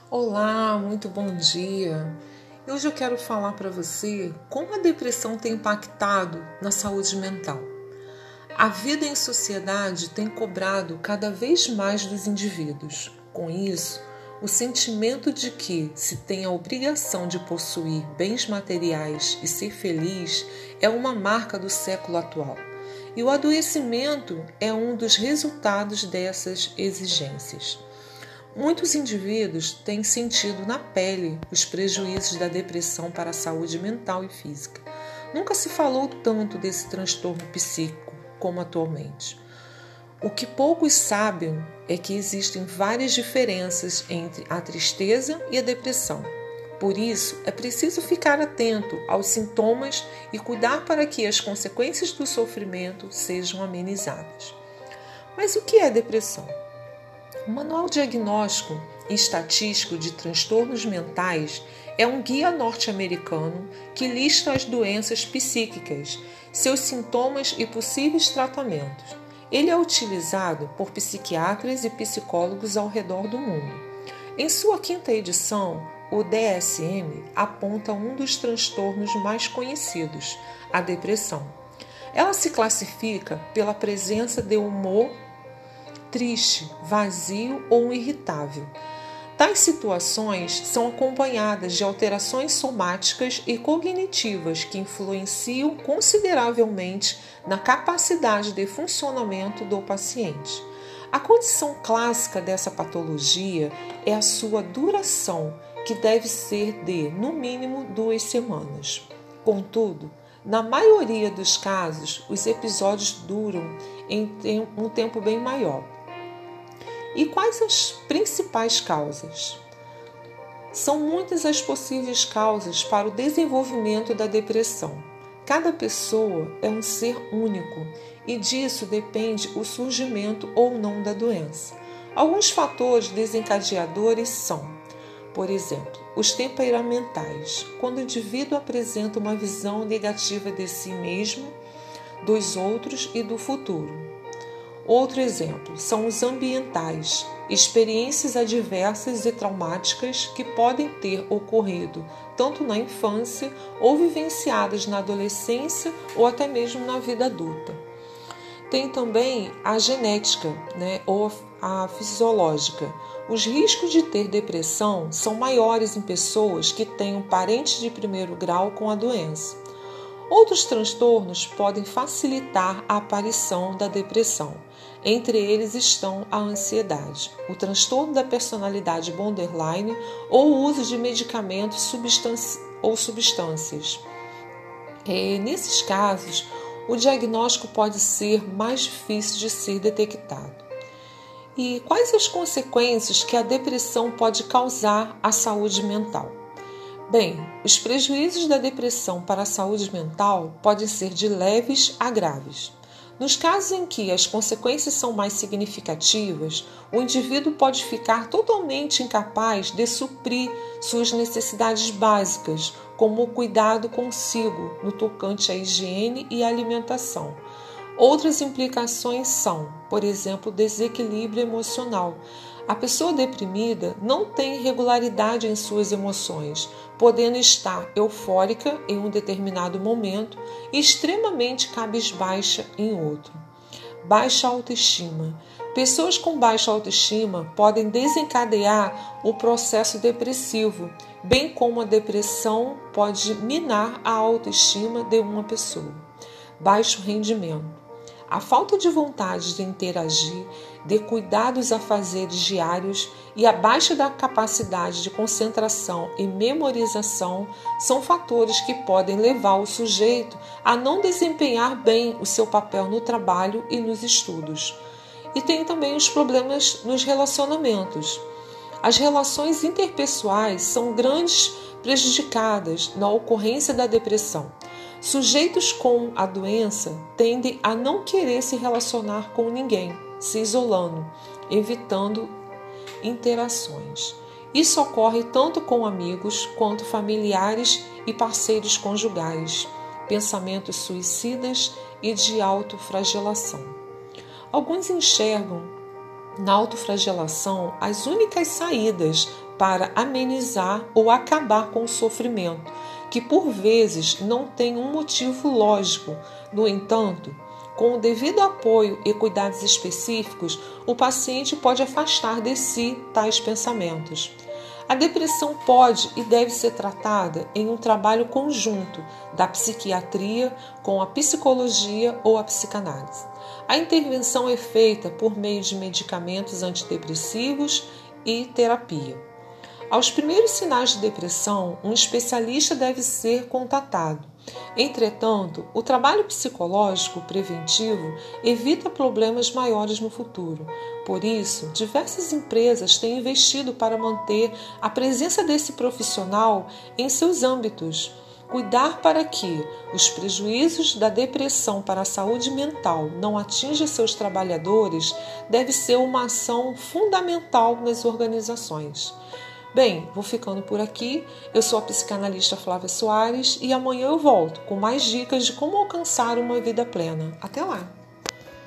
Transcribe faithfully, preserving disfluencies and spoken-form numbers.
Olá, muito bom dia. Hoje eu quero falar para você como a depressão tem impactado na saúde mental. A vida em sociedade tem cobrado cada vez mais dos indivíduos. Com isso, o sentimento de que se tem a obrigação de possuir bens materiais e ser feliz é uma marca do século atual. E o adoecimento é um dos resultados dessas exigências. Muitos indivíduos têm sentido na pele os prejuízos da depressão para a saúde mental e física. Nunca se falou tanto desse transtorno psíquico como atualmente. O que poucos sabem é que existem várias diferenças entre a tristeza e a depressão. Por isso, é preciso ficar atento aos sintomas e cuidar para que as consequências do sofrimento sejam amenizadas. Mas o que é depressão? O Manual Diagnóstico e Estatístico de Transtornos Mentais é um guia norte-americano que lista as doenças psíquicas, seus sintomas e possíveis tratamentos. Ele é utilizado por psiquiatras e psicólogos ao redor do mundo. Em sua quinta edição, o D S M aponta um dos transtornos mais conhecidos, a depressão. Ela se classifica pela presença de humor triste, vazio ou irritável. Tais situações são acompanhadas de alterações somáticas e cognitivas que influenciam consideravelmente na capacidade de funcionamento do paciente. A condição clássica dessa patologia é a sua duração, que deve ser de, no mínimo, duas semanas. Contudo, na maioria dos casos, os episódios duram em um tempo bem maior. E quais as principais causas? São muitas as possíveis causas para o desenvolvimento da depressão. Cada pessoa é um ser único e disso depende o surgimento ou não da doença. Alguns fatores desencadeadores são, por exemplo, os temperamentais, quando o indivíduo apresenta uma visão negativa de si mesmo, dos outros e do futuro. Outro exemplo são os ambientais, experiências adversas e traumáticas que podem ter ocorrido tanto na infância ou vivenciadas na adolescência ou até mesmo na vida adulta. Tem também a genética, né, ou a fisiológica. Os riscos de ter depressão são maiores em pessoas que tenham parentes de primeiro grau com a doença. Outros transtornos podem facilitar a aparição da depressão. Entre eles estão a ansiedade, o transtorno da personalidade borderline ou o uso de medicamentos substanci- ou substâncias. E, nesses casos, o diagnóstico pode ser mais difícil de ser detectado. E quais as consequências que a depressão pode causar à saúde mental? Bem, os prejuízos da depressão para a saúde mental podem ser de leves a graves. Nos casos em que as consequências são mais significativas, o indivíduo pode ficar totalmente incapaz de suprir suas necessidades básicas, como o cuidado consigo no tocante à higiene e à alimentação. Outras implicações são, por exemplo, o desequilíbrio emocional. A pessoa deprimida não tem regularidade em suas emoções, podendo estar eufórica em um determinado momento e extremamente cabisbaixa em outro. Baixa autoestima. Pessoas com baixa autoestima podem desencadear o processo depressivo, bem como a depressão pode minar a autoestima de uma pessoa. Baixo rendimento. A falta de vontade de interagir, de cuidar dos afazeres diários e a baixa da capacidade de concentração e memorização são fatores que podem levar o sujeito a não desempenhar bem o seu papel no trabalho e nos estudos. E tem também os problemas nos relacionamentos. As relações interpessoais são grandes prejudicadas na ocorrência da depressão. Sujeitos com a doença tendem a não querer se relacionar com ninguém, se isolando, evitando interações. Isso ocorre tanto com amigos quanto familiares e parceiros conjugais, pensamentos suicidas e de autoflagelação. Alguns enxergam na autoflagelação as únicas saídas para amenizar ou acabar com o sofrimento, que por vezes não tem um motivo lógico. No entanto, com o devido apoio e cuidados específicos, o paciente pode afastar de si tais pensamentos. A depressão pode e deve ser tratada em um trabalho conjunto da psiquiatria com a psicologia ou a psicanálise. A intervenção é feita por meio de medicamentos antidepressivos e terapia. Aos primeiros sinais de depressão, um especialista deve ser contatado. Entretanto, o trabalho psicológico preventivo evita problemas maiores no futuro. Por isso, diversas empresas têm investido para manter a presença desse profissional em seus âmbitos. Cuidar para que os prejuízos da depressão para a saúde mental não atinjam seus trabalhadores deve ser uma ação fundamental nas organizações. Bem, vou ficando por aqui. Eu sou a psicanalista Flávia Soares e amanhã eu volto com mais dicas de como alcançar uma vida plena. Até lá!